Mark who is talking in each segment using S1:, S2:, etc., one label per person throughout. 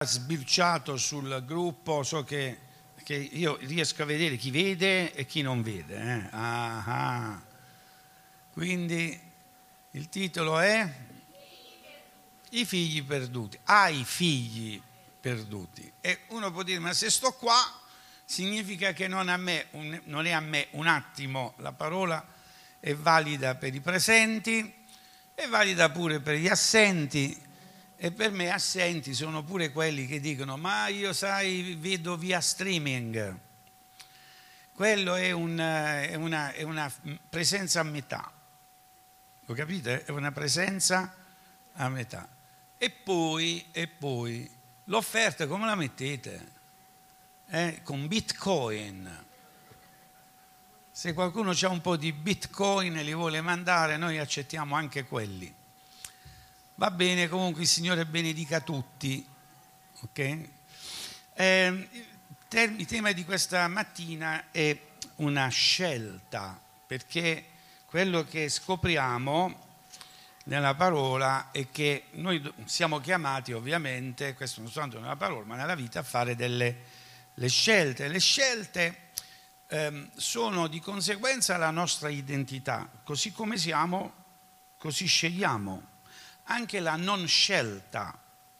S1: sbirciato sul gruppo, so che io riesco a vedere chi vede e chi non vede. Quindi il titolo è I figli perduti, ai figli perduti. E uno può dire, ma se sto qua significa che non è a me un attimo, la parola è valida per i presenti, è valida pure per gli assenti, e per me assenti sono pure quelli che dicono, ma io sai, vedo via streaming. Quello è una presenza a metà, lo capite? È una presenza a metà. E poi l'offerta come la mettete? Con Bitcoin. Se qualcuno ha un po' di Bitcoin e li vuole mandare, noi accettiamo anche quelli. Va bene, comunque il Signore benedica tutti. Ok? Il tema di questa mattina è una scelta, perché quello che scopriamo nella parola è che noi siamo chiamati, ovviamente, questo non soltanto nella parola, ma nella vita, a fare delle scelte. Le scelte sono di conseguenza la nostra identità. Così come siamo, così scegliamo. Anche la non scelta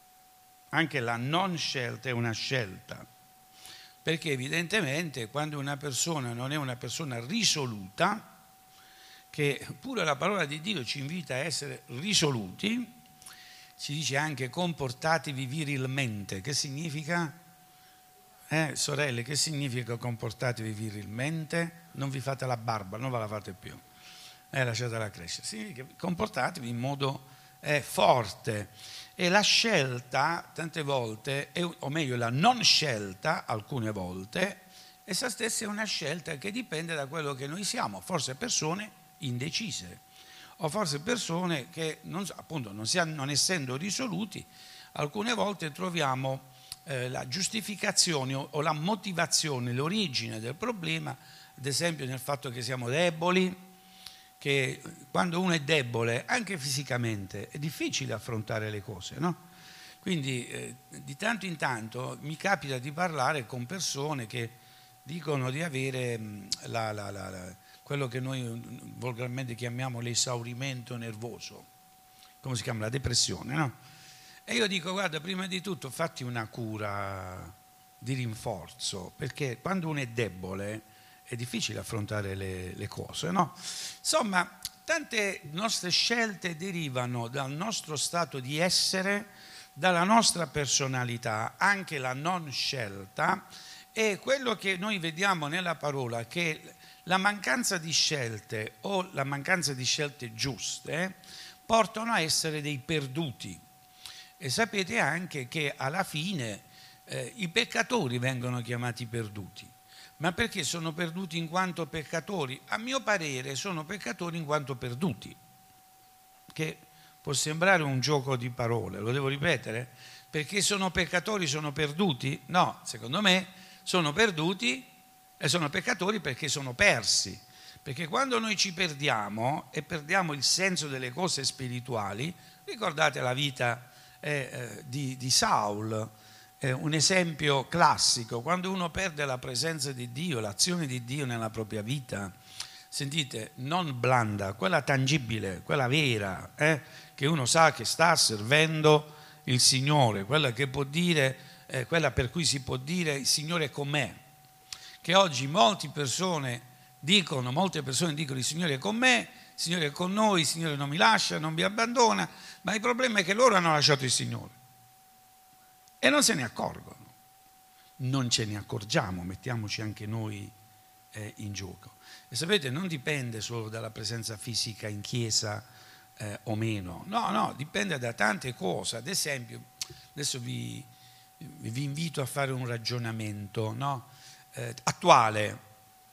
S1: è una scelta, perché evidentemente quando una persona non è una persona risoluta, che pure la parola di Dio ci invita a essere risoluti, ci dice anche comportatevi virilmente. Che significa? Sorelle, che significa comportatevi virilmente? Non vi fate la barba, non ve la fate più, lasciatela crescere. Significa comportatevi in modo forte. E la scelta tante volte, o meglio la non scelta alcune volte, essa stessa è una scelta che dipende da quello che noi siamo, forse persone indecise o forse persone che non essendo risoluti, alcune volte troviamo la giustificazione o la motivazione, l'origine del problema, ad esempio nel fatto che siamo deboli, che quando uno è debole, anche fisicamente, è difficile affrontare le cose, no? Quindi di tanto in tanto mi capita di parlare con persone che dicono di avere quello che noi volgarmente chiamiamo l'esaurimento nervoso, come si chiama? La depressione, no? E io dico, guarda, prima di tutto fatti una cura di rinforzo, perché quando uno è debole è difficile affrontare le cose, no? Insomma, tante nostre scelte derivano dal nostro stato di essere, dalla nostra personalità, anche la non scelta, e quello che noi vediamo nella parola, che la mancanza di scelte o la mancanza di scelte giuste portano a essere dei perduti. E sapete anche che alla fine i peccatori vengono chiamati perduti. Ma perché sono perduti in quanto peccatori? A mio parere sono peccatori in quanto perduti, che può sembrare un gioco di parole, lo devo ripetere? Perché sono peccatori, sono perduti? No, secondo me sono perduti e sono peccatori perché sono persi. Perché quando noi ci perdiamo e perdiamo il senso delle cose spirituali, ricordate la vita di Saul, un esempio classico, quando uno perde la presenza di Dio, l'azione di Dio nella propria vita, sentite, non blanda, quella tangibile, quella vera, che uno sa che sta servendo il Signore, quella che può dire, quella per cui si può dire il Signore è con me, che oggi molte persone dicono il Signore è con me, il Signore è con noi, il Signore non mi lascia, non mi abbandona, ma il problema è che loro hanno lasciato il Signore e non se ne accorgono, non ce ne accorgiamo, mettiamoci anche noi in gioco. E sapete, non dipende solo dalla presenza fisica in chiesa o meno, no, dipende da tante cose. Ad esempio, adesso vi invito a fare un ragionamento, no? Attuale.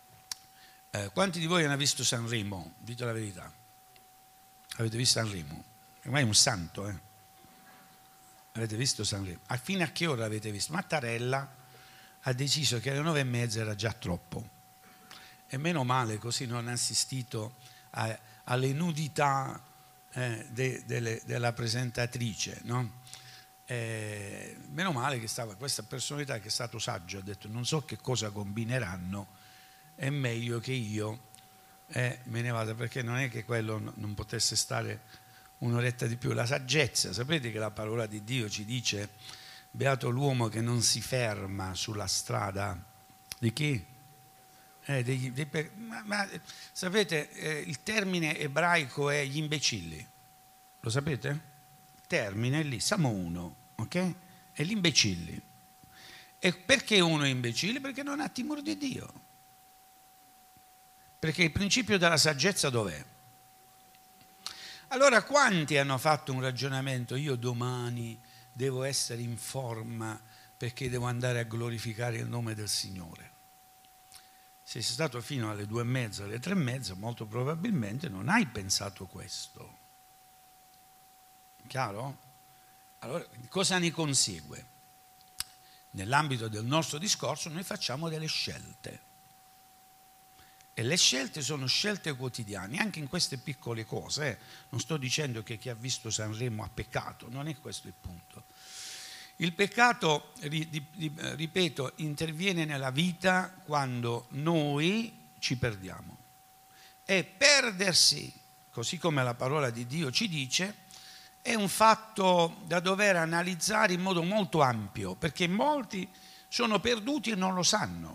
S1: Quanti di voi hanno visto Sanremo? Dite la verità. Avete visto Sanremo? Ormai è un santo, Avete visto Sanremo? Fino a che ora l'avete visto? Mattarella ha deciso che alle 9:30 era già troppo. E meno male, così non ha assistito alle nudità della presentatrice, no? Meno male che stava questa personalità che è stato saggio, ha detto non so che cosa combineranno, è meglio che io me ne vada, perché non è che quello non potesse stare un'oretta di più. La saggezza, sapete che la parola di Dio ci dice beato l'uomo che non si ferma sulla strada di chi? Sapete, il termine ebraico è gli imbecilli, lo sapete? Il termine è lì, Salmo 1, ok? È gli imbecilli. E perché uno è imbecille? Perché non ha timore di Dio. Perché il principio della saggezza dov'è? Allora quanti hanno fatto un ragionamento, io domani devo essere in forma perché devo andare a glorificare il nome del Signore? Se sei stato fino alle 2:30, alle 3:30, molto probabilmente non hai pensato questo. Chiaro? Allora, cosa ne consegue? Nell'ambito del nostro discorso noi facciamo delle scelte. E le scelte sono scelte quotidiane, anche in queste piccole cose. Non sto dicendo che chi ha visto Sanremo ha peccato, non è questo il punto. Il peccato, ripeto, interviene nella vita quando noi ci perdiamo. E perdersi, così come la parola di Dio ci dice, è un fatto da dover analizzare in modo molto ampio, perché molti sono perduti e non lo sanno.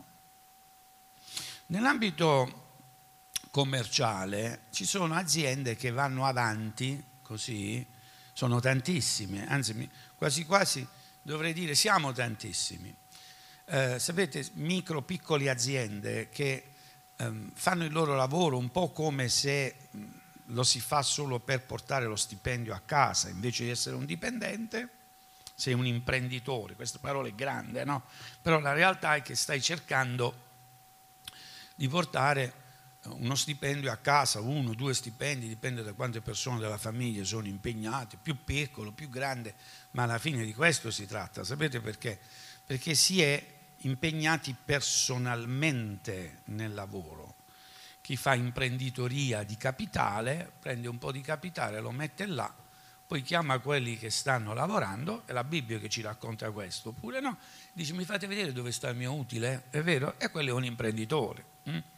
S1: Nell'ambito commerciale ci sono aziende che vanno avanti così, sono tantissime, anzi quasi quasi dovrei dire siamo tantissimi. Sapete, micro, piccole aziende che fanno il loro lavoro un po' come se lo si fa solo per portare lo stipendio a casa, invece di essere un dipendente, sei un imprenditore, questa parola è grande, no? Però la realtà è che stai cercando di portare uno stipendio a casa, 1 o 2 stipendi, dipende da quante persone della famiglia sono impegnate, più piccolo, più grande, ma alla fine di questo si tratta. Sapete perché? Perché si è impegnati personalmente nel lavoro. Chi fa imprenditoria di capitale prende un po' di capitale, lo mette là, poi chiama quelli che stanno lavorando, è la Bibbia che ci racconta questo, oppure no, dice mi fate vedere dove sta il mio utile, è vero? E quello è un imprenditore.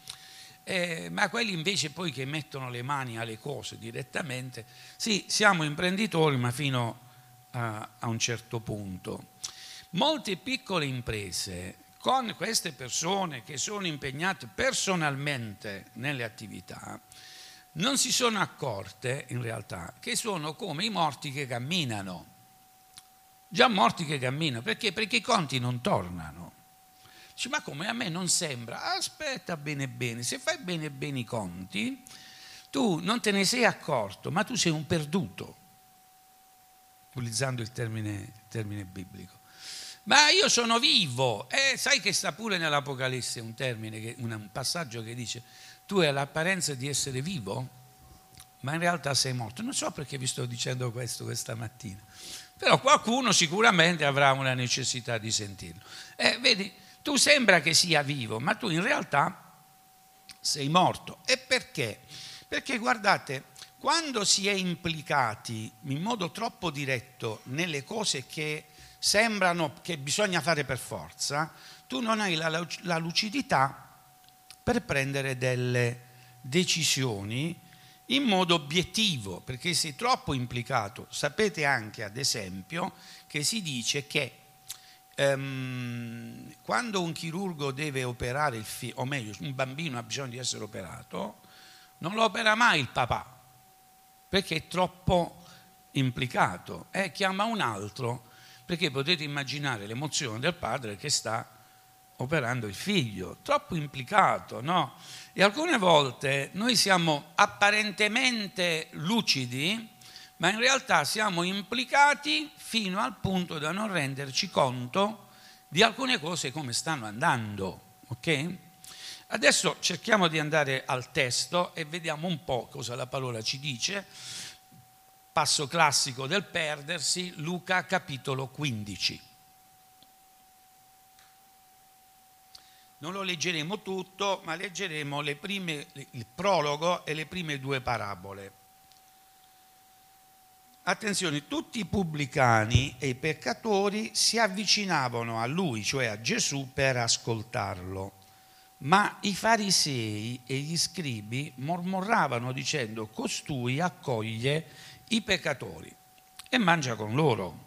S1: Ma quelli invece poi che mettono le mani alle cose direttamente, sì, siamo imprenditori ma fino a un certo punto. Molte piccole imprese con queste persone che sono impegnate personalmente nelle attività non si sono accorte in realtà che sono come i morti che camminano, già morti che camminano, perché? Perché i conti non tornano. Dici, ma come a me non sembra? Aspetta bene bene, se fai bene bene i conti, tu non te ne sei accorto, ma tu sei un perduto, utilizzando il termine biblico. Ma io sono vivo, sai che sta pure nell'Apocalisse un passaggio che dice tu hai l'apparenza di essere vivo, ma in realtà sei morto. Non so perché vi sto dicendo questo questa mattina, però qualcuno sicuramente avrà una necessità di sentirlo. Vedi, tu sembra che sia vivo, ma tu in realtà sei morto. E perché? Perché guardate, quando si è implicati in modo troppo diretto nelle cose che sembrano che bisogna fare per forza, tu non hai la lucidità per prendere delle decisioni in modo obiettivo, perché sei troppo implicato. Sapete anche, ad esempio, che si dice che quando un chirurgo deve operare il figlio, o meglio, un bambino ha bisogno di essere operato, non lo opera mai il papà, perché è troppo implicato, chiama un altro, perché potete immaginare l'emozione del padre che sta operando il figlio, troppo implicato, no? E alcune volte noi siamo apparentemente lucidi, ma in realtà siamo implicati fino al punto da non renderci conto di alcune cose come stanno andando, ok? Adesso cerchiamo di andare al testo e vediamo un po' cosa la parola ci dice. Passo classico del perdersi, Luca capitolo 15. Non lo leggeremo tutto, ma leggeremo il prologo e le prime 2 parabole. attenzione, tutti i pubblicani e i peccatori si avvicinavano a lui, cioè a Gesù, per ascoltarlo. Ma i farisei e gli scribi mormoravano dicendo: costui accoglie i peccatori e mangia con loro.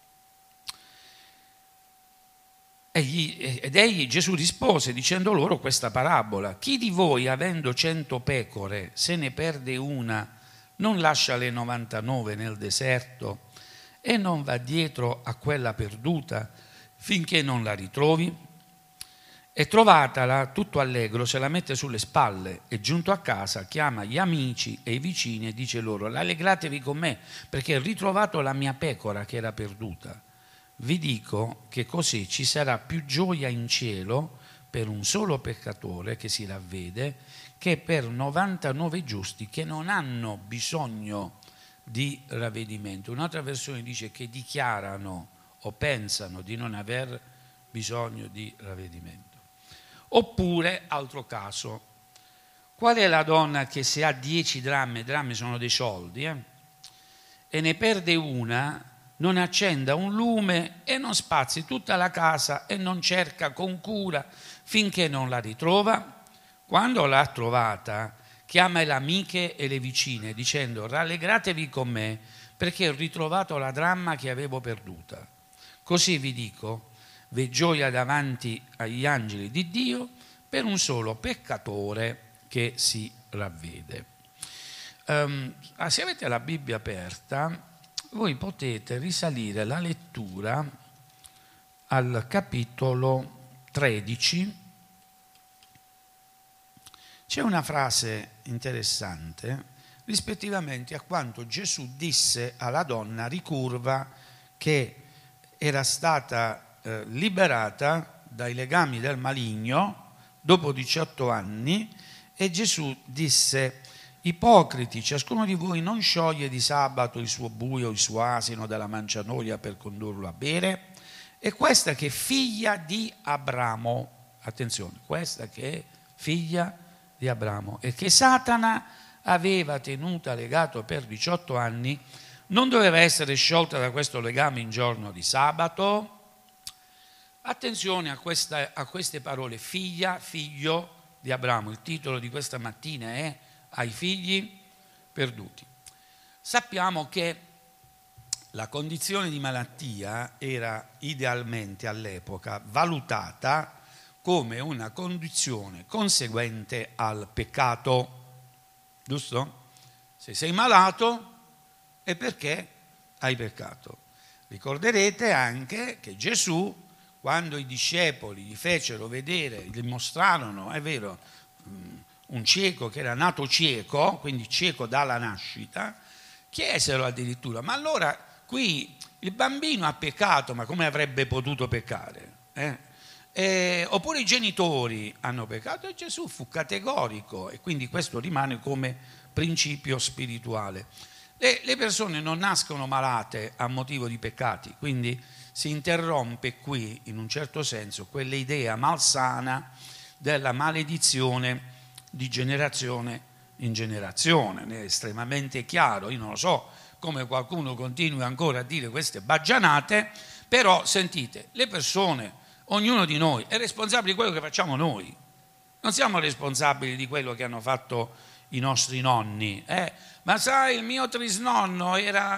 S1: Ed egli, Gesù, rispose dicendo loro questa parabola: chi di voi, avendo 100 pecore, se ne perde una, non lascia le 99 nel deserto e non va dietro a quella perduta finché non la ritrovi? E trovatala, tutto allegro, se la mette sulle spalle e giunto a casa chiama gli amici e i vicini e dice loro: rallegratevi con me perché ho ritrovato la mia pecora che era perduta. Vi dico che così ci sarà più gioia in cielo per un solo peccatore che si ravvede che per 99 giusti che non hanno bisogno di ravvedimento. Un'altra versione dice che dichiarano o pensano di non aver bisogno di ravvedimento. Oppure, altro caso, qual è la donna che se ha 10 drammi sono dei soldi, e ne perde una, non accenda un lume e non spazi tutta la casa e non cerca con cura finché non la ritrova? Quando l'ha trovata, chiama le amiche e le vicine dicendo: rallegratevi con me perché ho ritrovato la dramma che avevo perduta. Così vi dico, v'è gioia davanti agli angeli di Dio per un solo peccatore che si ravvede. Se avete la Bibbia aperta, voi potete risalire la lettura al capitolo 13. C'è una frase interessante rispettivamente a quanto Gesù disse alla donna ricurva che era stata liberata dai legami del maligno dopo 18 anni, e Gesù disse: ipocriti, ciascuno di voi non scioglie di sabato il suo buio, il suo asino dalla mangiatoia per condurlo a bere? E questa che è figlia di Abramo, attenzione, questa che è figlia di Abramo e che Satana aveva tenuta legato per 18 anni, non doveva essere sciolta da questo legame in giorno di sabato? Attenzione a queste parole: figlia, figlio di Abramo. Il titolo di questa mattina è ai figli perduti. Sappiamo che la condizione di malattia era idealmente all'epoca valutata come una condizione conseguente al peccato, giusto? Se sei malato è perché hai peccato. Ricorderete anche che Gesù, quando i discepoli gli fecero vedere, gli mostrarono, è vero, un cieco che era nato cieco, quindi cieco dalla nascita, chiesero addirittura: ma allora qui il bambino ha peccato, ma come avrebbe potuto peccare? Oppure i genitori hanno peccato? E Gesù fu categorico, e quindi questo rimane come principio spirituale. Le persone non nascono malate a motivo di peccati, quindi si interrompe qui, in un certo senso, quell'idea malsana della maledizione di generazione in generazione. È estremamente chiaro. Io non lo so come qualcuno continui ancora a dire queste baggianate, però sentite, le persone, ognuno di noi è responsabile di quello che facciamo noi, non siamo responsabili di quello che hanno fatto i nostri nonni. Ma sai, il mio trisnonno era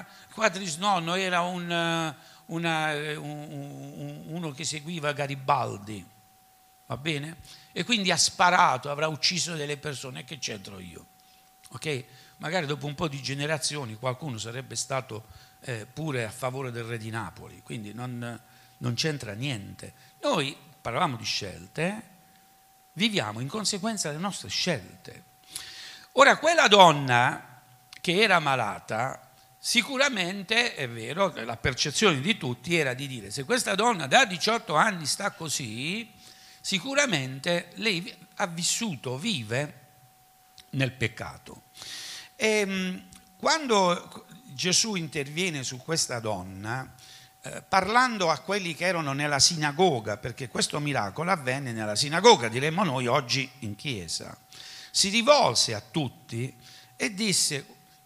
S1: uno che seguiva Garibaldi, va bene? E quindi ha sparato, avrà ucciso delle persone. Che c'entro io? Ok? Magari dopo un po' di generazioni qualcuno sarebbe stato pure a favore del re di Napoli, quindi non c'entra niente. Noi parlavamo di scelte, viviamo in conseguenza delle nostre scelte. Ora, quella donna che era malata, sicuramente è vero che la percezione di tutti era di dire: se questa donna da 18 anni sta così, sicuramente lei ha vissuto, vive nel peccato. E quando Gesù interviene su questa donna, parlando a quelli che erano nella sinagoga, perché questo miracolo avvenne nella sinagoga, diremmo noi oggi in chiesa, si rivolse a tutti e disse: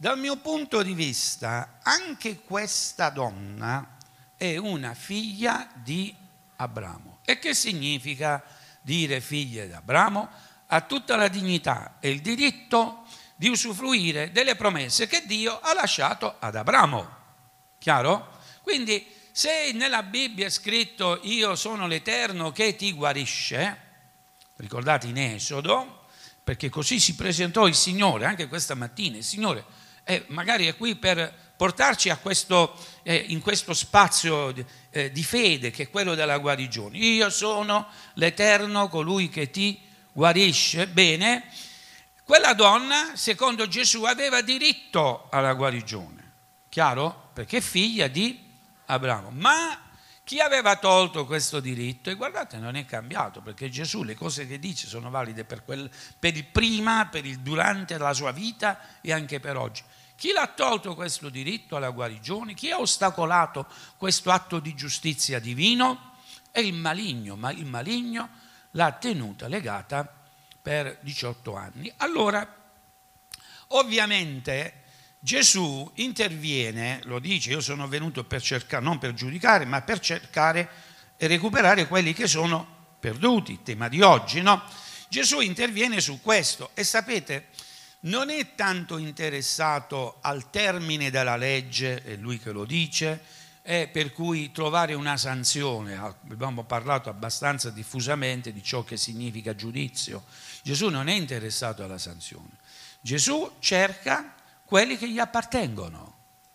S1: dal mio punto di vista, anche questa donna è una figlia di Abramo. E che significa dire figlia di Abramo? Ha tutta la dignità e il diritto di usufruire delle promesse che Dio ha lasciato ad Abramo. Chiaro? Quindi se nella Bibbia è scritto io sono l'Eterno che ti guarisce, ricordate in Esodo, perché così si presentò il Signore anche questa mattina, il Signore magari è qui per portarci a in questo spazio di fede che è quello della guarigione. Io sono l'Eterno, colui che ti guarisce. Bene, quella donna, secondo Gesù, aveva diritto alla guarigione, chiaro? Perché è figlia di Abramo. Ma chi aveva tolto questo diritto? E guardate, non è cambiato, perché Gesù le cose che dice sono valide per il prima, per il durante la sua vita e anche per oggi. Chi l'ha tolto questo diritto alla guarigione? Chi ha ostacolato questo atto di giustizia divino? È il maligno, ma il maligno l'ha tenuta legata per 18 anni. Allora, ovviamente Gesù interviene, lo dice, io sono venuto per cercare, non per giudicare, ma per cercare e recuperare quelli che sono perduti, tema di oggi, no? Gesù interviene su questo e sapete, non è tanto interessato al termine della legge, è lui che lo dice, per cui trovare una sanzione. Abbiamo parlato abbastanza diffusamente di ciò che significa giudizio. Gesù non è interessato alla sanzione. Gesù cerca quelli che gli appartengono.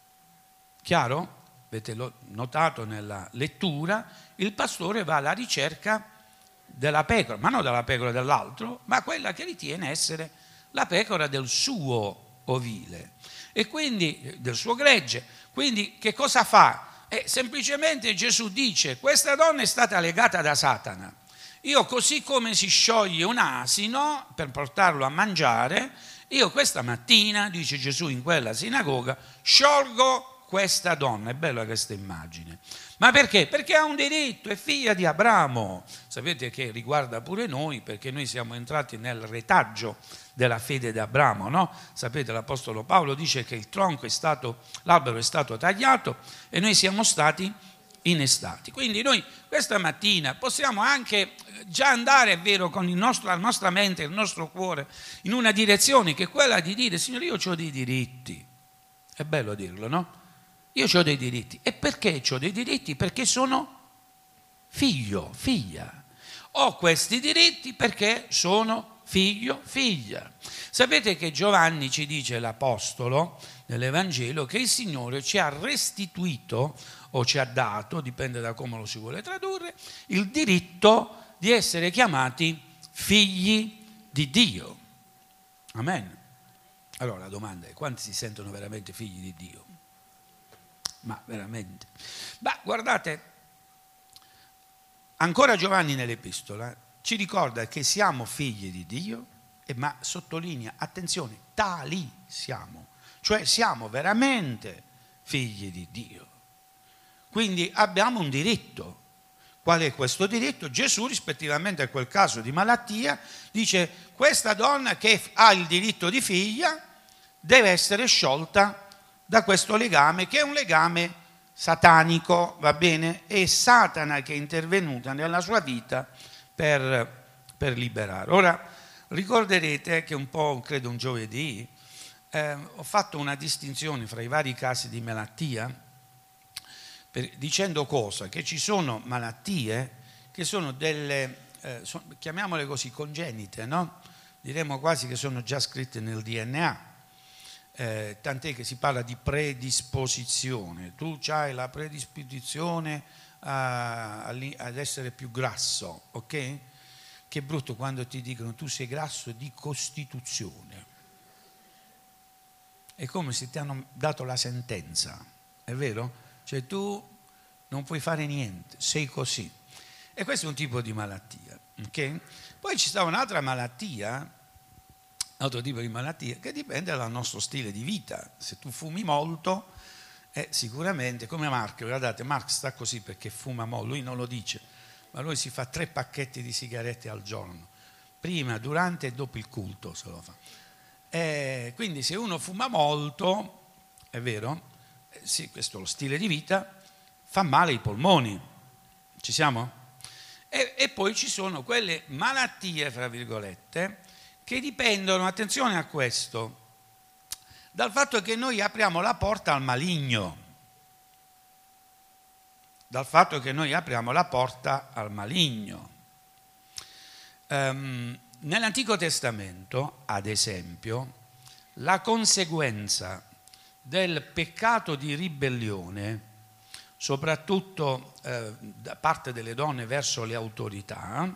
S1: Chiaro? Avete notato nella lettura, il pastore va alla ricerca della pecora, ma non della pecora dell'altro, ma quella che ritiene essere la pecora del suo ovile e quindi del suo gregge. Quindi che cosa fa? Semplicemente Gesù dice: questa donna è stata legata da Satana. Io, così come si scioglie un asino per portarlo a mangiare, io questa mattina, dice Gesù in quella sinagoga, sciolgo questa donna. È bella questa immagine. Ma perché? Perché ha un diritto, è figlia di Abramo. Sapete che riguarda pure noi, perché noi siamo entrati nel retaggio della fede di Abramo, no? Sapete, l'Apostolo Paolo dice che il tronco l'albero è stato tagliato e noi siamo stati innestati. Quindi noi questa mattina possiamo anche già andare, è vero, con la nostra mente, il nostro cuore, in una direzione che è quella di dire: Signore, io ho dei diritti. È bello dirlo, no? Io ho dei diritti. E perché ho dei diritti? Perché sono figlio, figlia. Ho questi diritti perché sono figlio, figlia. Sapete che Giovanni ci dice, l'Apostolo, nell'Evangelo, che il Signore ci ha restituito o ci ha dato, dipende da come lo si vuole tradurre, il diritto di essere chiamati figli di Dio. Amen. Allora la domanda è: quanti si sentono veramente figli di Dio? Ma veramente? Ma guardate, ancora Giovanni nell'Epistola ci ricorda che siamo figli di Dio, ma sottolinea, attenzione, tali siamo, cioè siamo veramente figli di Dio. Quindi abbiamo un diritto. Qual è questo diritto? Gesù, rispettivamente a quel caso di malattia, dice: questa donna che ha il diritto di figlia deve essere sciolta da questo legame, che è un legame satanico, va bene? È Satana che è intervenuta nella sua vita per liberare. Ora, ricorderete che un po', credo un giovedì, ho fatto una distinzione fra i vari casi di malattia, dicendo cosa? Che ci sono malattie che sono delle, chiamiamole così, congenite, no? Diremmo quasi che sono già scritte nel DNA. Tant'è che si parla di predisposizione. Tu hai la predisposizione ad essere più grasso, ok? Che brutto quando ti dicono tu sei grasso di costituzione. È come se ti hanno dato la sentenza, è vero? Cioè tu non puoi fare niente, sei così. E questo è un tipo di malattia, ok? Poi ci sta un'altra malattia, altro tipo di malattia che dipende dal nostro stile di vita. Se tu fumi molto, sicuramente, come Mark, guardate, Mark sta così perché fuma molto, lui non lo dice, ma lui si fa 3 pacchetti di sigarette al giorno, prima, durante e dopo il culto se lo fa. Quindi se uno fuma molto, è vero, sì, questo è lo stile di vita, fa male ai polmoni. Ci siamo? E poi ci sono quelle malattie, fra virgolette, che dipendono, attenzione a questo, dal fatto che noi apriamo la porta al maligno. Dal fatto che noi apriamo la porta al maligno. Nell'Antico Testamento, ad esempio, la conseguenza del peccato di ribellione, soprattutto da parte delle donne verso le autorità,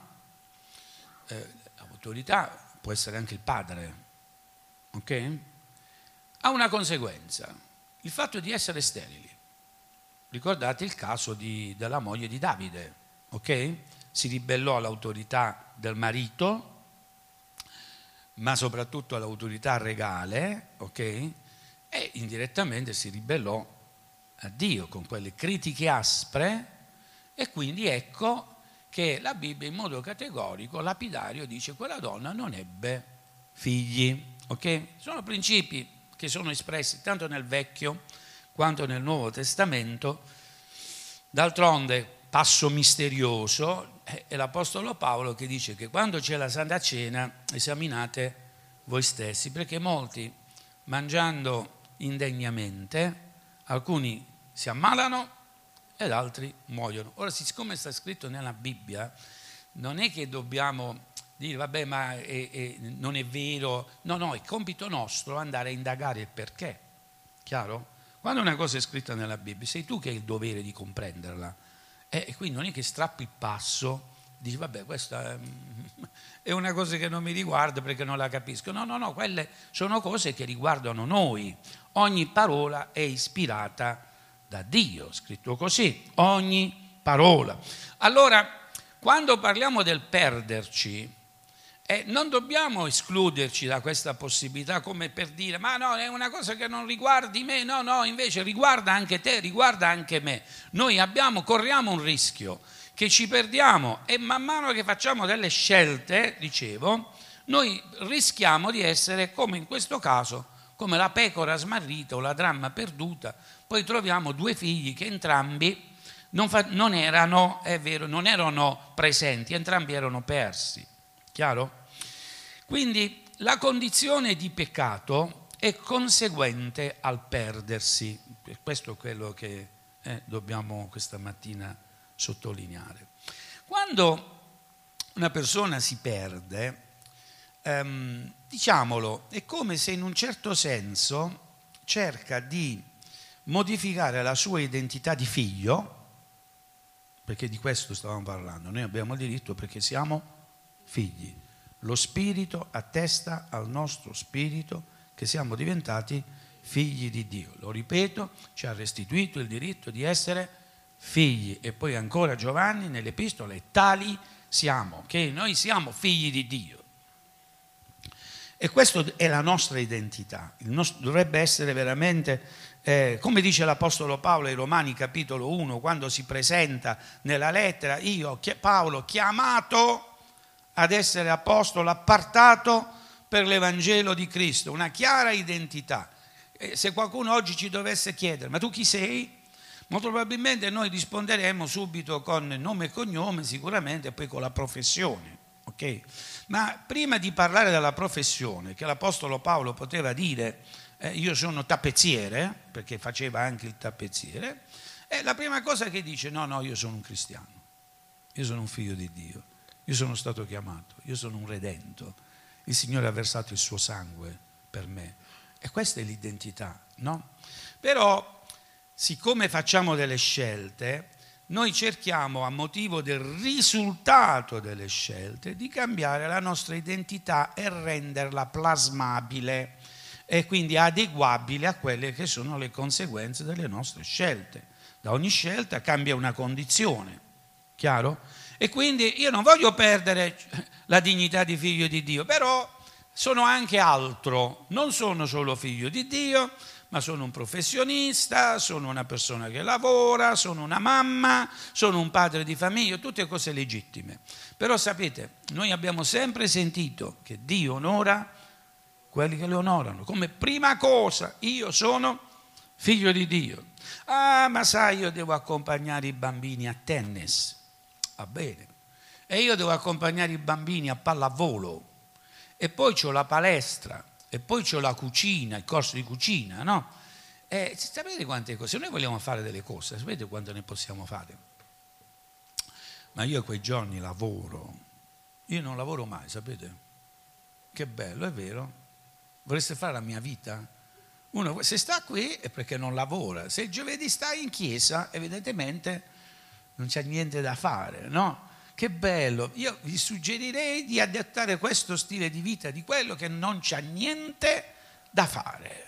S1: l'autorità può essere anche il padre, ok? Ha una conseguenza, il fatto di essere sterili. Ricordate il caso della moglie di Davide, ok? Si ribellò all'autorità del marito, ma soprattutto all'autorità regale, ok? E indirettamente si ribellò a Dio con quelle critiche aspre, e quindi ecco che la Bibbia in modo categorico, lapidario, dice: quella donna non ebbe figli, ok? Sono principi che sono espressi tanto nel Vecchio quanto nel Nuovo Testamento. D'altronde, passo misterioso, è l'Apostolo Paolo che dice che quando c'è la Santa Cena esaminate voi stessi, perché molti, mangiando indegnamente, alcuni si ammalano ed altri muoiono. Ora, siccome sta scritto nella Bibbia, non è che dobbiamo dire vabbè, ma non è vero. No, è compito nostro andare a indagare il perché. Chiaro? Quando una cosa è scritta nella Bibbia, sei tu che hai il dovere di comprenderla. E quindi non è che strappi il passo, dici vabbè, questa è una cosa che non mi riguarda perché non la capisco. No, quelle sono cose che riguardano noi. Ogni parola è ispirata da Dio, scritto così, ogni parola. Allora, quando parliamo del perderci, non dobbiamo escluderci da questa possibilità come per dire ma no, è una cosa che non riguardi me. No, invece riguarda anche te, riguarda anche me. Noi corriamo un rischio che ci perdiamo, e man mano che facciamo delle scelte, dicevo, noi rischiamo di essere, come in questo caso, come la pecora smarrita o la dramma perduta. Poi troviamo due figli che entrambi non erano, è vero, non erano presenti, entrambi erano persi. Chiaro? Quindi la condizione di peccato è conseguente al perdersi. Questo è quello che dobbiamo questa mattina sottolineare. Quando una persona si perde, diciamolo, è come se in un certo senso cerca di modificare la sua identità di figlio, perché di questo stavamo parlando. Noi abbiamo il diritto perché siamo figli. Lo Spirito attesta al nostro spirito che siamo diventati figli di Dio. Lo ripeto, ci ha restituito il diritto di essere figli. E poi ancora Giovanni nelle epistole: tali siamo, che noi siamo figli di Dio. E questa è la nostra identità. Dovrebbe essere veramente, come dice l'Apostolo Paolo ai Romani capitolo 1, quando si presenta nella lettera: io, Paolo, chiamato ad essere apostolo, appartato per l'Evangelo di Cristo, una chiara identità. Se qualcuno oggi ci dovesse chiedere ma tu chi sei? Molto probabilmente noi risponderemo subito con nome e cognome, sicuramente, e poi con la professione, ok? Ma prima di parlare della professione, che l'Apostolo Paolo poteva dire io sono tappezziere, perché faceva anche il tappezziere, la prima cosa che dice: no, io sono un cristiano, io sono un figlio di Dio. Io sono stato chiamato, io sono un redento, il Signore ha versato il suo sangue per me. E questa è l'identità, no? Però, siccome facciamo delle scelte, noi cerchiamo, a motivo del risultato delle scelte, di cambiare la nostra identità e renderla plasmabile e quindi adeguabile a quelle che sono le conseguenze delle nostre scelte. Da ogni scelta cambia una condizione, chiaro? E quindi io non voglio perdere la dignità di figlio di Dio, però sono anche altro, non sono solo figlio di Dio, ma sono un professionista, sono una persona che lavora, sono una mamma, sono un padre di famiglia, tutte cose legittime. Però sapete, noi abbiamo sempre sentito che Dio onora quelli che lo onorano. Come prima cosa, io sono figlio di Dio. Ah, ma sai, io devo accompagnare i bambini a tennis. Va bene. E io devo accompagnare i bambini a pallavolo. E poi c'ho la palestra. E poi c'ho la cucina, il corso di cucina, no? E sapete quante cose? Se noi vogliamo fare delle cose, sapete quante ne possiamo fare? Ma io quei giorni lavoro. Io non lavoro mai, sapete? Che bello, è vero? Vorreste fare la mia vita? Uno, se sta qui è perché non lavora. Se il giovedì sta in chiesa, evidentemente non c'è niente da fare, no? Che bello. Io vi suggerirei di adattare questo stile di vita di quello che non c'ha niente da fare.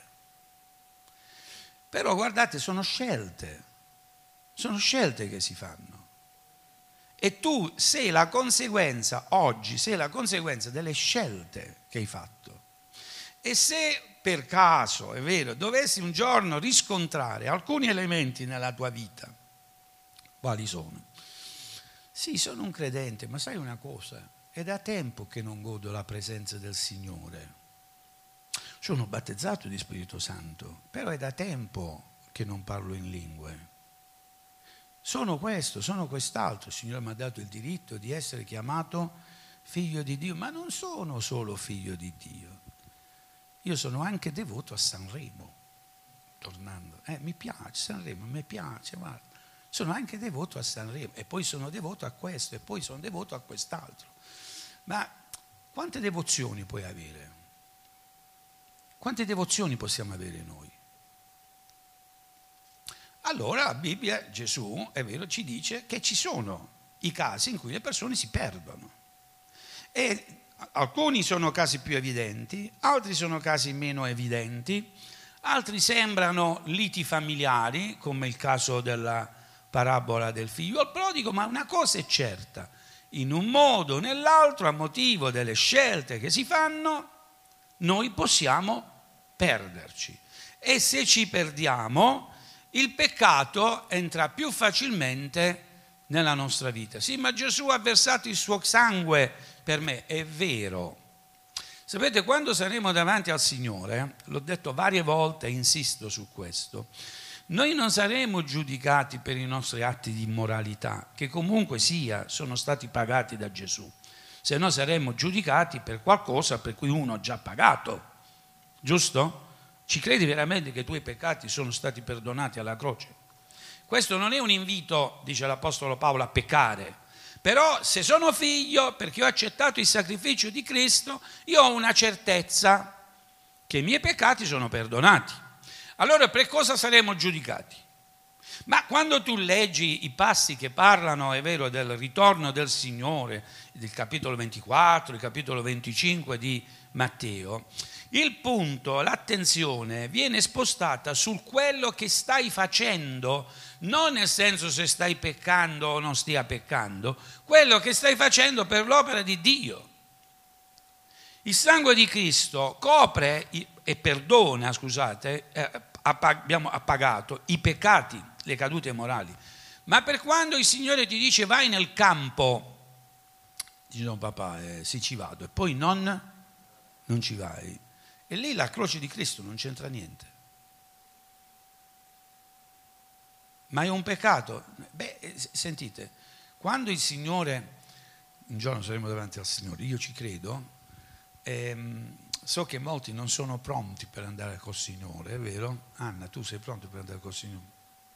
S1: Però guardate, sono scelte che si fanno. E tu sei la conseguenza, oggi, sei la conseguenza delle scelte che hai fatto. E se per caso, è vero, dovessi un giorno riscontrare alcuni elementi nella tua vita, quali sono? Sì, sono un credente, ma sai una cosa? È da tempo che non godo la presenza del Signore. Sono battezzato di Spirito Santo, però è da tempo che non parlo in lingue. Sono questo, sono quest'altro. Il Signore mi ha dato il diritto di essere chiamato figlio di Dio, ma non sono solo figlio di Dio. Io sono anche devoto a Sanremo, tornando. Mi piace Sanremo, mi piace, guarda. Sono anche devoto a Sanremo, e poi sono devoto a questo, e poi sono devoto a quest'altro. Ma quante devozioni puoi avere? Quante devozioni possiamo avere noi? Allora la Bibbia, Gesù, è vero, ci dice che ci sono i casi in cui le persone si perdono. E alcuni sono casi più evidenti, altri sono casi meno evidenti, altri sembrano liti familiari, come il caso della parabola del figlio al prodigo, ma una cosa è certa, in un modo o nell'altro, a motivo delle scelte che si fanno, noi possiamo perderci. E se ci perdiamo, il peccato entra più facilmente nella nostra vita. Sì, ma Gesù ha versato il suo sangue per me, è vero. Sapete, quando saremo davanti al Signore, l'ho detto varie volte e insisto su questo, noi non saremo giudicati per i nostri atti di immoralità, che comunque sia, sono stati pagati da Gesù, se no saremmo giudicati per qualcosa per cui uno ha già pagato, giusto? Ci credi veramente che i tuoi peccati sono stati perdonati alla croce? Questo non è un invito, dice l'Apostolo Paolo, a peccare. Però se sono figlio, perché ho accettato il sacrificio di Cristo, io ho una certezza che i miei peccati sono perdonati. Allora per cosa saremo giudicati? Ma quando tu leggi i passi che parlano, è vero, del ritorno del Signore, del capitolo 24, il capitolo 25 di Matteo, il punto, l'attenzione viene spostata su quello che stai facendo, non nel senso se stai peccando o non stia peccando, quello che stai facendo per l'opera di Dio. Il sangue di Cristo copre e perdona, scusate, abbiamo appagato i peccati, le cadute morali. Ma per quando il Signore ti dice vai nel campo, dici no papà, sì ci vado, e poi non ci vai. E lì la croce di Cristo non c'entra niente. Ma è un peccato? Beh, sentite, quando il Signore, un giorno saremo davanti al Signore, io ci credo, so che molti non sono pronti per andare col Signore, è vero? Anna, tu sei pronta per andare col Signore?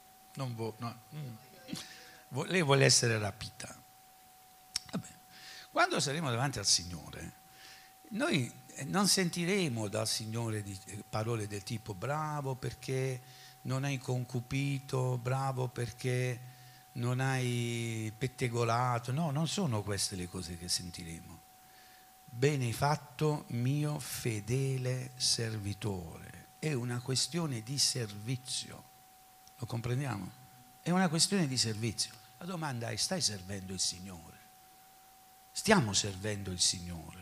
S1: Lei vuole essere rapita. Vabbè. Quando saremo davanti al Signore, noi non sentiremo dal Signore parole del tipo bravo perché non hai concupito, bravo perché non hai pettegolato. No, non sono queste le cose che sentiremo. Bene fatto, mio fedele servitore. È una questione di servizio. Lo comprendiamo? È una questione di servizio. La domanda è: stai servendo il Signore? Stiamo servendo il Signore?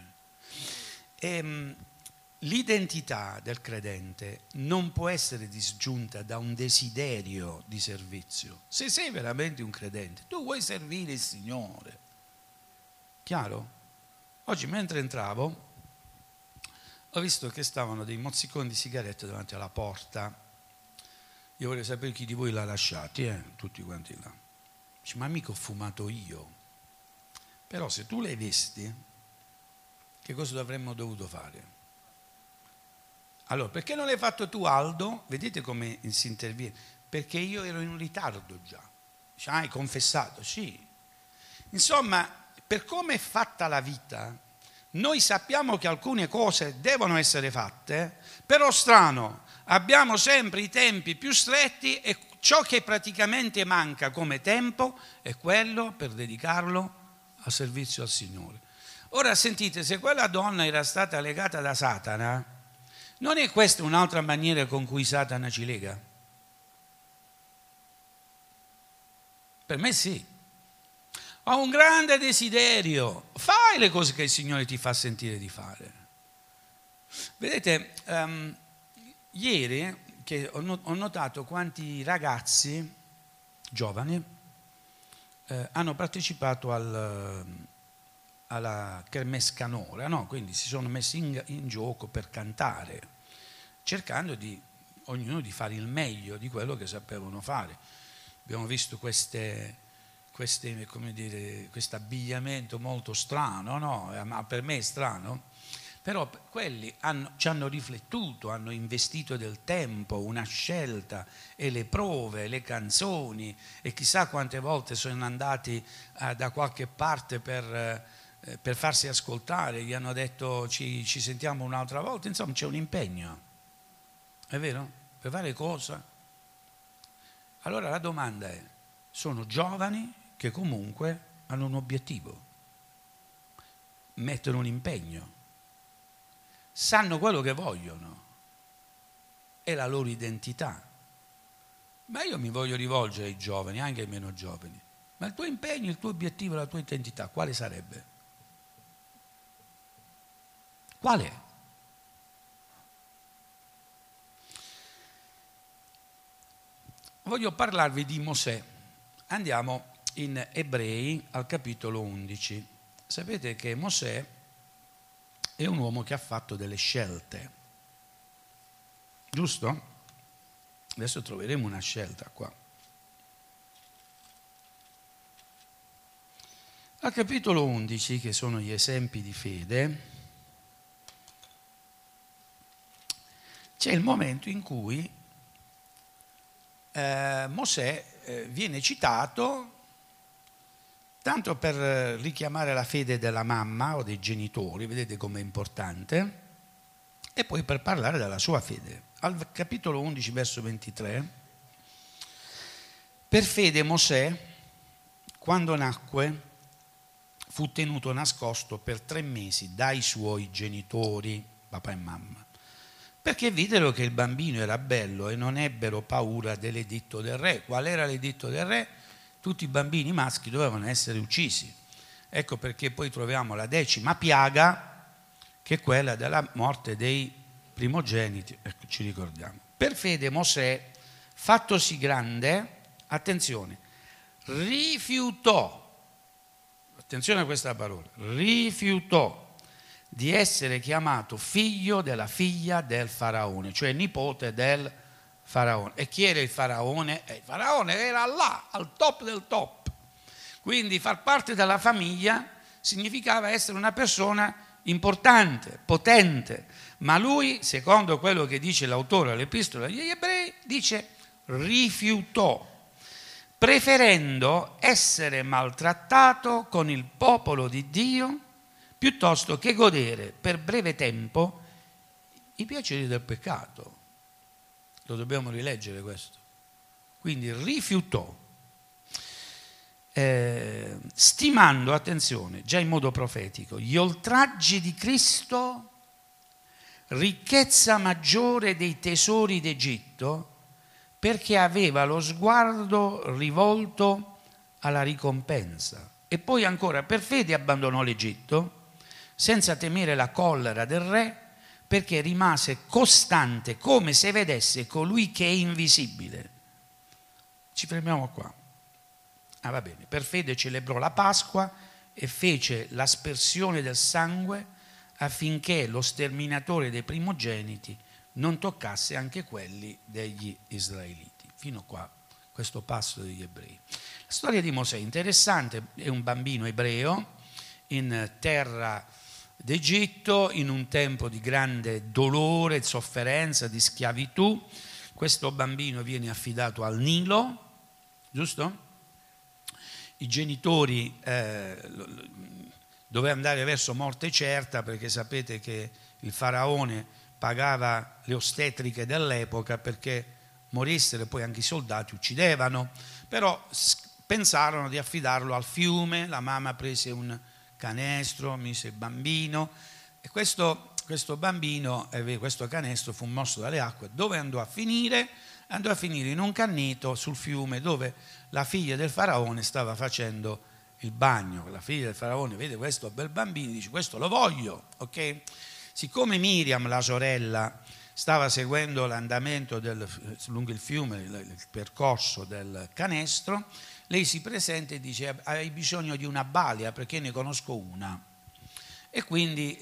S1: L'identità del credente non può essere disgiunta da un desiderio di servizio. Se sei veramente un credente, tu vuoi servire il Signore. Chiaro? Oggi mentre entravo ho visto che stavano dei mozziconi di sigarette davanti alla porta. Io vorrei sapere chi di voi l'ha lasciati, tutti quanti là. Dice, ma mica ho fumato io. Però se tu le vesti, che cosa avremmo dovuto fare? Allora, perché non l'hai fatto tu, Aldo? Vedete come si interviene? Perché io ero in ritardo già. Dice, hai confessato? Sì. Insomma, per come è fatta la vita, noi sappiamo che alcune cose devono essere fatte, però strano, abbiamo sempre i tempi più stretti e ciò che praticamente manca come tempo è quello per dedicarlo al servizio al Signore. Ora sentite, se quella donna era stata legata da Satana, non è questa un'altra maniera con cui Satana ci lega? Per me sì. Ho un grande desiderio, fai le cose che il Signore ti fa sentire di fare. Vedete, ieri che ho notato quanti ragazzi giovani hanno partecipato alla Kermesse Canora, no? Quindi si sono messi in gioco per cantare, cercando di ognuno di fare il meglio di quello che sapevano fare. Abbiamo visto come dire, questo abbigliamento molto strano, no? Ma per me è strano, però quelli ci hanno riflettuto, hanno investito del tempo, una scelta e le prove, le canzoni, e chissà quante volte sono andati da qualche parte per farsi ascoltare, gli hanno detto ci sentiamo un'altra volta, insomma c'è un impegno, è vero? Per fare cosa? Allora la domanda è, sono giovani che comunque hanno un obiettivo, mettono un impegno, sanno quello che vogliono, è la loro identità. Ma io mi voglio rivolgere ai giovani, anche ai meno giovani, ma il tuo impegno, il tuo obiettivo, la tua identità, quale sarebbe? Qual è? Voglio parlarvi di Mosè. Andiamo in Ebrei al capitolo 11. Sapete che Mosè è un uomo che ha fatto delle scelte, giusto? Adesso troveremo una scelta qua. Al capitolo 11, che sono gli esempi di fede, c'è il momento in cui Mosè viene citato tanto per richiamare la fede della mamma o dei genitori, vedete com'è importante, e poi per parlare della sua fede. Al capitolo 11, verso 23, per fede Mosè, quando nacque, fu tenuto nascosto per 3 mesi dai suoi genitori, papà e mamma, perché videro che il bambino era bello e non ebbero paura dell'editto del re. Qual era l'editto del re? Tutti i bambini maschi dovevano essere uccisi. Ecco perché poi troviamo la 10ª piaga, che è quella della morte dei primogeniti. Ecco, ci ricordiamo. Per fede Mosè, fattosi grande, attenzione, rifiutò, attenzione a questa parola, rifiutò di essere chiamato figlio della figlia del faraone, cioè nipote del faraone. E chi era il faraone? Il faraone era là, al top del top. Quindi far parte della famiglia significava essere una persona importante, potente. Ma lui, secondo quello che dice l'autore dell'Epistola agli Ebrei, dice rifiutò, preferendo essere maltrattato con il popolo di Dio piuttosto che godere per breve tempo i piaceri del peccato. Lo dobbiamo rileggere questo. Quindi rifiutò, stimando, attenzione, già in modo profetico, gli oltraggi di Cristo, ricchezza maggiore dei tesori d'Egitto, perché aveva lo sguardo rivolto alla ricompensa. E poi ancora, per fede abbandonò l'Egitto, senza temere la collera del re, perché rimase costante come se vedesse colui che è invisibile. Ci fermiamo qua. Va bene. Per fede celebrò la Pasqua e fece l'aspersione del sangue affinché lo sterminatore dei primogeniti non toccasse anche quelli degli israeliti. Fino qua, questo passo degli ebrei. La storia di Mosè è interessante, è un bambino ebreo in terra d'Egitto, in un tempo di grande dolore, sofferenza, di schiavitù. Questo bambino viene affidato al Nilo, giusto? I genitori dovevano andare verso morte certa, perché sapete che il faraone pagava le ostetriche dell'epoca perché morissero, e poi anche i soldati uccidevano, però pensarono di affidarlo al fiume. La mamma prese un canestro, mise il bambino, e questo bambino, questo canestro fu mosso dalle acque. Dove andò a finire? Andò a finire in un canneto sul fiume, dove la figlia del faraone stava facendo il bagno. La figlia del faraone vede questo bel bambino e dice: questo lo voglio, ok? Siccome Miriam, la sorella, stava seguendo l'andamento lungo il fiume, il percorso del canestro, lei si presenta e dice: hai bisogno di una balia, perché ne conosco una. E quindi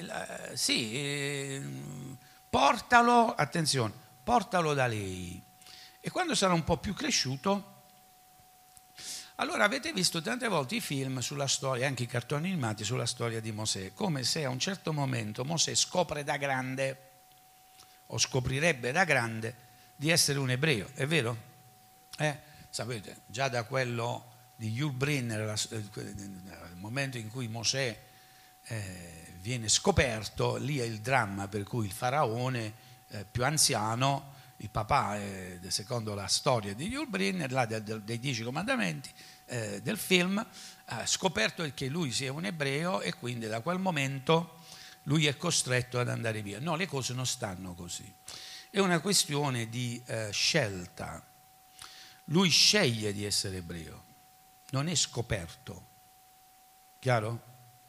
S1: portalo, attenzione, portalo da lei. E quando sarà un po' più cresciuto, allora avete visto tante volte i film sulla storia, anche i cartoni animati sulla storia di Mosè, come se a un certo momento Mosè scopre da grande, o scoprirebbe da grande, di essere un ebreo, è vero? Sapete, già da quello di Yul Brynner, il momento in cui Mosè viene scoperto, lì è il dramma, per cui il faraone più anziano, il papà, secondo la storia di Yul Brynner, là dei 10 comandamenti del film, ha scoperto che lui sia un ebreo, e quindi da quel momento lui è costretto ad andare via. No, le cose non stanno così. È una questione di scelta. Lui sceglie di essere ebreo, non è scoperto. Chiaro?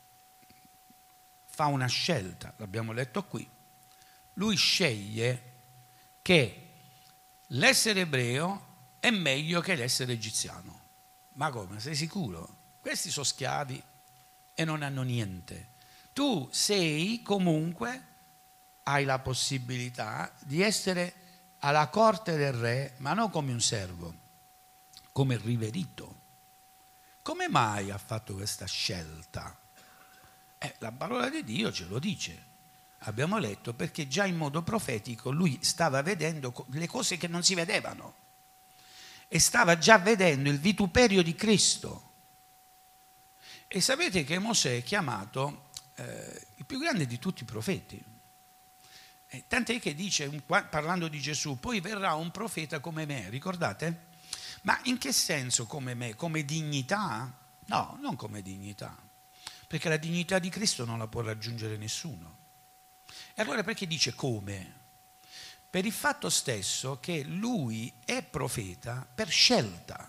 S1: Fa una scelta, l'abbiamo letto qui. Lui sceglie che l'essere ebreo è meglio che l'essere egiziano. Ma come? Sei sicuro? Questi sono schiavi e non hanno niente. Tu sei comunque, hai la possibilità di essere alla corte del re, ma non come un servo, come riverito. Come mai ha fatto questa scelta? La parola di Dio ce lo dice. Abbiamo letto, perché già in modo profetico lui stava vedendo le cose che non si vedevano, e stava già vedendo il vituperio di Cristo. E sapete che Mosè è chiamato il più grande di tutti i profeti. Tant'è che dice, parlando di Gesù: poi verrà un profeta come me, ricordate? Ma in che senso come me? Come dignità? No, non come dignità, perché la dignità di Cristo non la può raggiungere nessuno. E allora perché dice come? Per il fatto stesso che lui è profeta per scelta.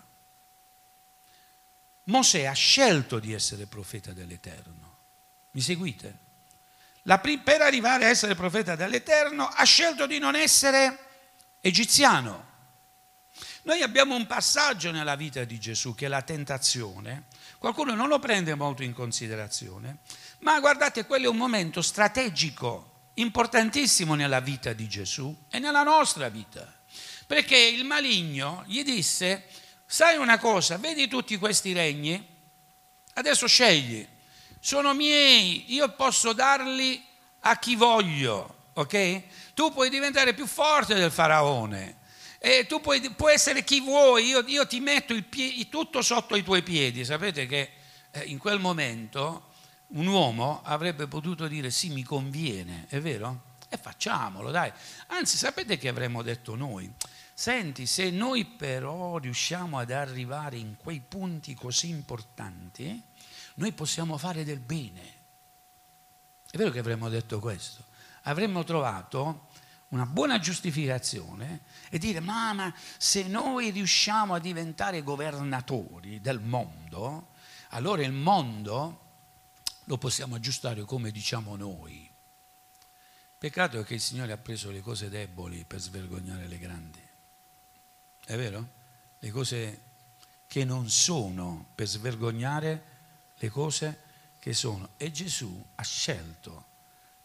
S1: Mosè ha scelto di essere profeta dell'Eterno. Mi seguite? Per arrivare a essere profeta dell'Eterno ha scelto di non essere egiziano. Noi abbiamo un passaggio nella vita di Gesù che è la tentazione. Qualcuno non lo prende molto in considerazione, ma guardate, quello è un momento strategico, importantissimo nella vita di Gesù e nella nostra vita, perché il maligno gli disse: sai una cosa, vedi tutti questi regni? Adesso scegli, sono miei, io posso darli a chi voglio, ok? Tu puoi diventare più forte del faraone, e tu puoi essere chi vuoi, io ti metto tutto sotto i tuoi piedi. Sapete che in quel momento un uomo avrebbe potuto dire: sì, mi conviene, è vero? E facciamolo, dai. Anzi, sapete che avremmo detto noi? Senti, se noi però riusciamo ad arrivare in quei punti così importanti, noi possiamo fare del bene. È vero che avremmo detto questo? Avremmo trovato una buona giustificazione e dire: ma se noi riusciamo a diventare governatori del mondo, allora il mondo lo possiamo aggiustare come diciamo noi. Peccato che il Signore ha preso le cose deboli per svergognare le grandi. È vero? Le cose che non sono per svergognare le cose che sono. E Gesù ha scelto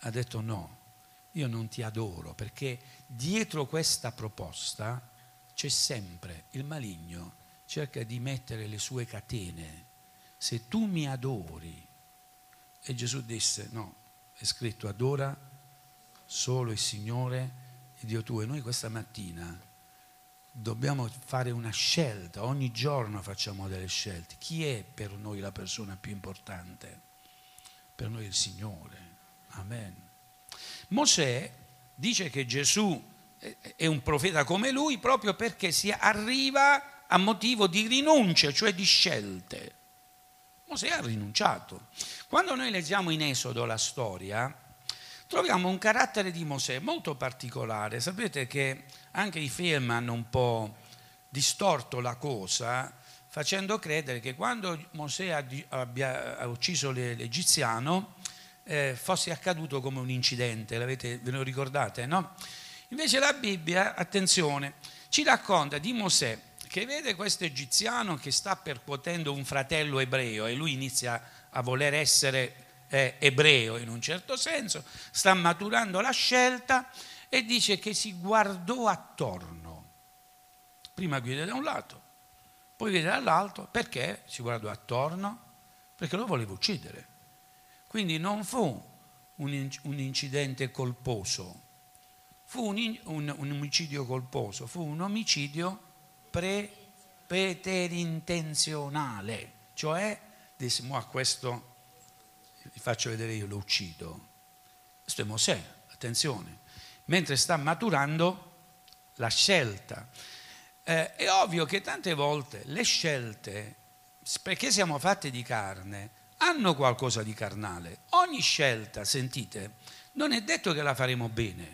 S1: ha detto no, io non ti adoro, perché dietro questa proposta c'è sempre il maligno, cerca di mettere le sue catene. Se tu mi adori, e Gesù disse no, è scritto adora solo il Signore, il Dio tuo. E noi questa mattina dobbiamo fare una scelta, ogni giorno facciamo delle scelte. Chi è per noi la persona più importante? Per noi il Signore. Amen. Mosè dice che Gesù è un profeta come lui proprio perché si arriva a motivo di rinuncia, cioè di scelte. Mosè ha rinunciato. Quando noi leggiamo in Esodo la storia, troviamo un carattere di Mosè molto particolare. Sapete che anche i film hanno un po' distorto la cosa, facendo credere che quando Mosè ha ucciso l'egiziano fosse accaduto come un incidente. Ve lo ricordate, no? Invece la Bibbia, attenzione, ci racconta di Mosè che vede questo egiziano che sta percuotendo un fratello ebreo e lui inizia a voler essere ebreo in un certo senso, sta maturando la scelta e dice che si guardò attorno. Prima vide da un lato, poi vide dall'altro. Perché si guardò attorno? Perché lo voleva uccidere. Quindi non fu un incidente colposo, fu un omicidio colposo, fu un omicidio preterintenzionale, cioè disse, a questo vi faccio vedere, io lo uccido. Questo è Mosè, attenzione, mentre sta maturando la scelta. È ovvio che tante volte le scelte, perché siamo fatti di carne, hanno qualcosa di carnale. Ogni scelta, sentite, non è detto che la faremo bene.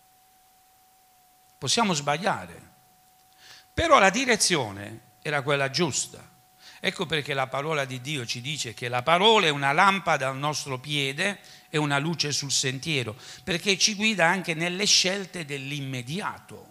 S1: Possiamo sbagliare. Però la direzione era quella giusta. Ecco perché la parola di Dio ci dice che la parola è una lampada al nostro piede e una luce sul sentiero, perché ci guida anche nelle scelte dell'immediato.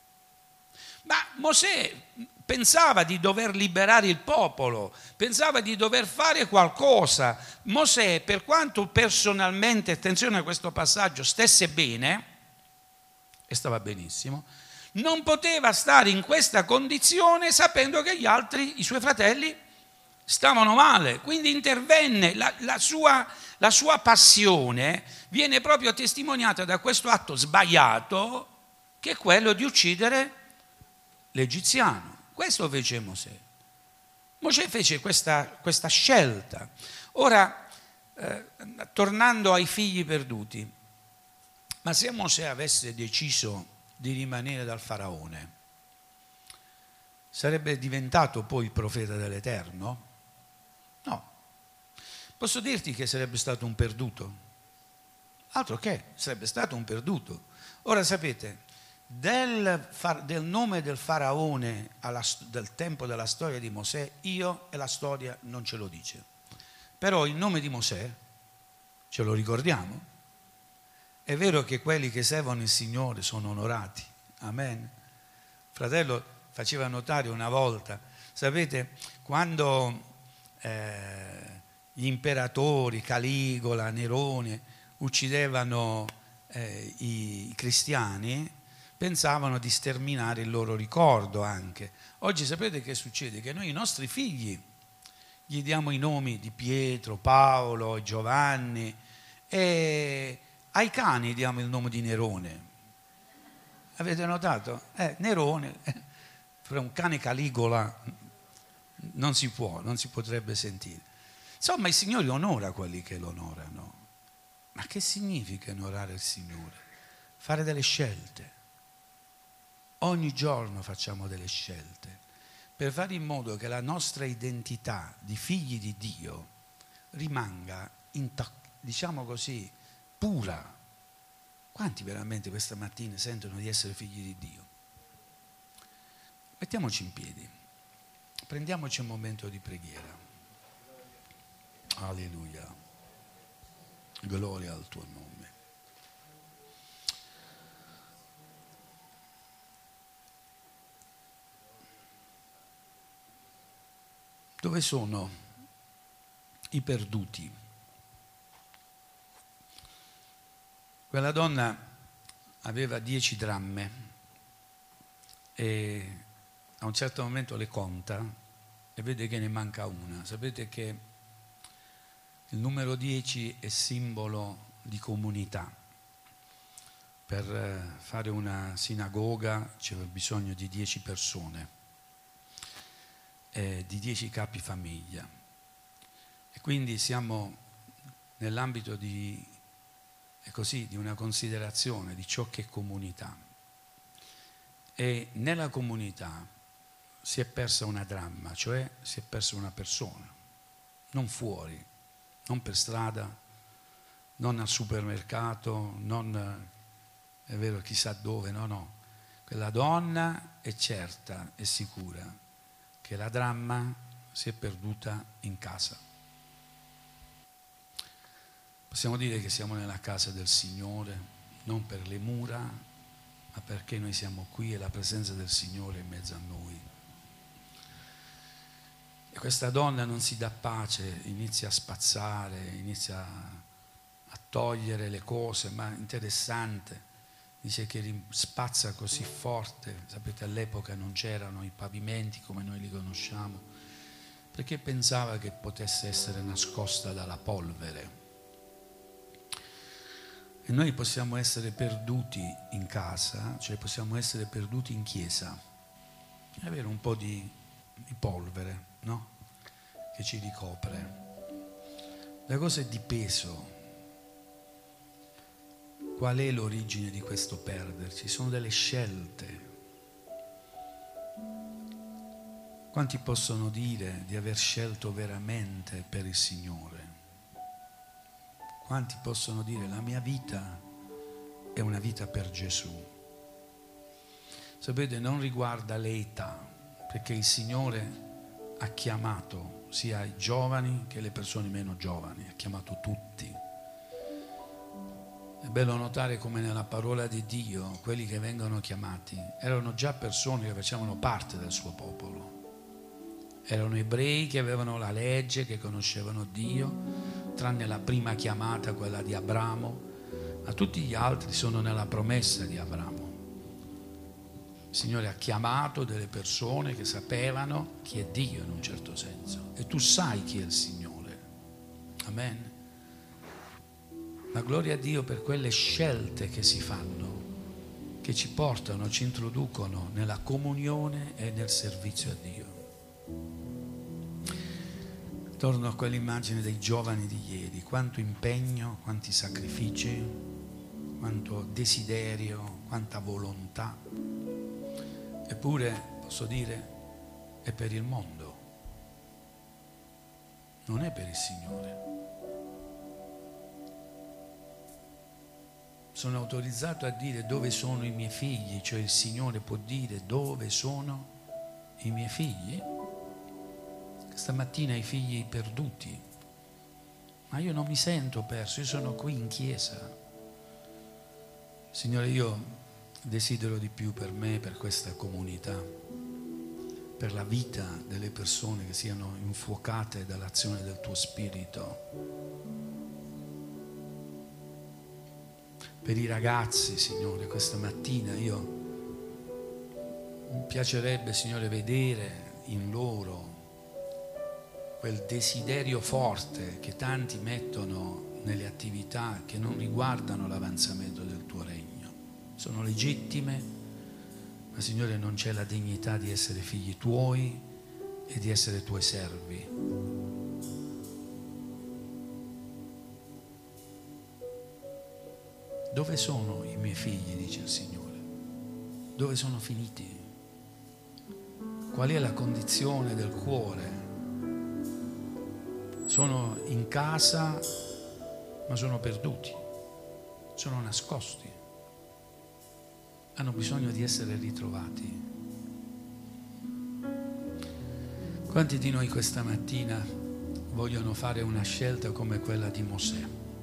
S1: Ma Mosè pensava di dover liberare il popolo, pensava di dover fare qualcosa. Mosè, per quanto personalmente, attenzione a questo passaggio, stesse bene, e stava benissimo, non poteva stare in questa condizione sapendo che gli altri, i suoi fratelli, stavano male. Quindi intervenne, la sua passione viene proprio testimoniata da questo atto sbagliato, che è quello di uccidere l'egiziano. Questo fece Mosè. Mosè fece questa scelta. Ora, tornando ai figli perduti, ma se Mosè avesse deciso di rimanere dal faraone, sarebbe diventato poi il profeta dell'Eterno? No. Posso dirti che sarebbe stato un perduto? Altro che, sarebbe stato un perduto. Ora sapete, del nome del faraone del tempo della storia di Mosè, io e la storia non ce lo dice. Però il nome di Mosè ce lo ricordiamo. È vero che quelli che servono il Signore sono onorati. Amen. Fratello faceva notare una volta, sapete, quando gli imperatori, Caligola, Nerone, uccidevano i cristiani, pensavano di sterminare il loro ricordo anche. Oggi sapete che succede? Che noi i nostri figli gli diamo i nomi di Pietro, Paolo, Giovanni, e ai cani diamo il nome di Nerone. Avete notato? Nerone, per un cane Caligola non si potrebbe sentire. Insomma, il Signore onora quelli che lo onorano. Ma che significa onorare il Signore? Fare delle scelte. Ogni giorno facciamo delle scelte per fare in modo che la nostra identità di figli di Dio rimanga, diciamo così, pura. Quanti veramente questa mattina sentono di essere figli di Dio? Mettiamoci in piedi, prendiamoci un momento di preghiera. Alleluia, gloria al tuo nome. Dove sono i perduti? Quella donna aveva 10 dramme e a un certo momento le conta e vede che ne manca una. Sapete che il numero 10 è simbolo di comunità. Per fare una sinagoga c'era bisogno di 10 persone, di 10 capi famiglia. E quindi siamo nell'ambito di una considerazione di ciò che è comunità. E nella comunità si è persa una dramma, cioè si è persa una persona, non fuori, non per strada, non al supermercato, non è vero chissà dove, no. Quella donna è certa e sicura che la dramma si è perduta in casa. Possiamo dire che siamo nella casa del Signore, non per le mura, ma perché noi siamo qui e la presenza del Signore è in mezzo a noi. E questa donna non si dà pace, inizia a spazzare, inizia a togliere le cose, ma interessante, dice che spazza così forte. Sapete, all'epoca non c'erano i pavimenti come noi li conosciamo, perché pensava che potesse essere nascosta dalla polvere. E noi possiamo essere perduti in casa, cioè possiamo essere perduti in chiesa, e avere un po' di polvere, no? Che ci ricopre. La cosa è di peso. Qual è l'origine di questo perderci? Sono delle scelte. Quanti possono dire di aver scelto veramente per il Signore? Quanti possono dire la mia vita è una vita per Gesù? Sapete, non riguarda le età, perché il Signore ha chiamato sia i giovani che le persone meno giovani, ha chiamato tutti. È bello notare come nella parola di Dio quelli che vengono chiamati erano già persone che facevano parte del suo popolo. Erano ebrei che avevano la legge, che conoscevano Dio, tranne la prima chiamata, quella di Abramo, ma tutti gli altri sono nella promessa di Abramo. Il Signore ha chiamato delle persone che sapevano chi è Dio in un certo senso, e tu sai chi è il Signore. Amen. Ma gloria a Dio per quelle scelte che si fanno, che ci portano, ci introducono nella comunione e nel servizio a Dio. Torno a quell'immagine dei giovani di ieri, quanto impegno, quanti sacrifici, quanto desiderio, quanta volontà. Eppure, posso dire, è per il mondo, non è per il Signore. Sono autorizzato a dire dove sono i miei figli, cioè il Signore può dire dove sono i miei figli. Stamattina i figli perduti, ma io non mi sento perso, io sono qui in chiesa. Signore, io desidero di più per me, per questa comunità, per la vita delle persone che siano infuocate dall'azione del tuo Spirito, per i ragazzi, Signore. Questa mattina mi piacerebbe, Signore, vedere in loro quel desiderio forte che tanti mettono nelle attività che non riguardano l'avanzamento del tuo regno. Sono legittime, ma Signore non c'è la dignità di essere figli tuoi e di essere tuoi servi. Dove sono i miei figli, dice il Signore? Dove sono finiti? Qual è la condizione del cuore? Sono in casa, ma sono perduti, sono nascosti, hanno bisogno di essere ritrovati. Quanti di noi questa mattina vogliono fare una scelta come quella di Mosè?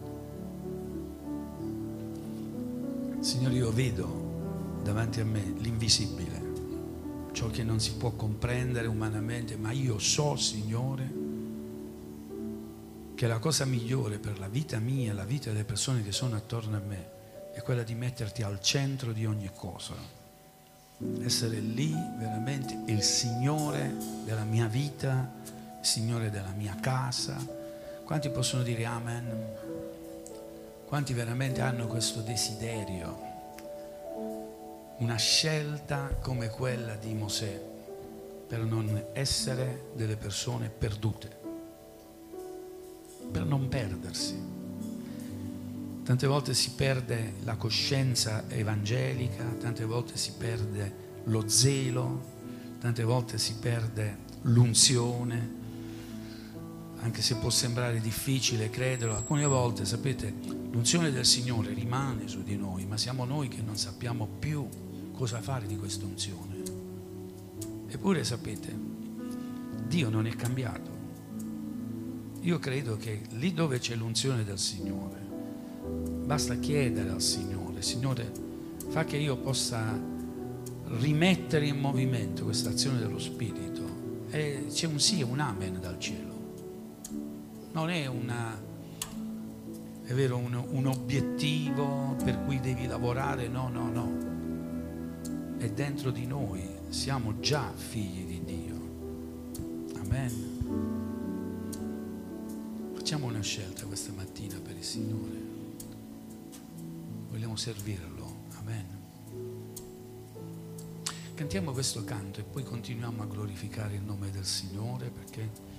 S1: Signore, io vedo davanti a me l'invisibile, ciò che non si può comprendere umanamente, ma io so, Signore, che la cosa migliore per la vita mia e la vita delle persone che sono attorno a me è quella di metterti al centro di ogni cosa, essere lì veramente il Signore della mia vita, il Signore della mia casa. Quanti possono dire amen? Quanti veramente hanno questo desiderio, una scelta come quella di Mosè, per non essere delle persone perdute, per non perdersi? Tante volte si perde la coscienza evangelica, tante volte si perde lo zelo, tante volte si perde l'unzione, anche se può sembrare difficile crederlo. Alcune volte, sapete, l'unzione del Signore rimane su di noi, ma siamo noi che non sappiamo più cosa fare di questa unzione. Eppure, sapete, Dio non è cambiato. Io credo che lì dove c'è l'unzione del Signore, basta chiedere al Signore: Signore, fa che io possa rimettere in movimento questa azione dello Spirito. E c'è un sì e un amen dal cielo. Non è è vero, un obiettivo per cui devi lavorare, no, no, no. È dentro di noi, siamo già figli di Dio. Amen. Facciamo una scelta questa mattina per il Signore. Vogliamo servirlo. Amen. Cantiamo questo canto e poi continuiamo a glorificare il nome del Signore, perché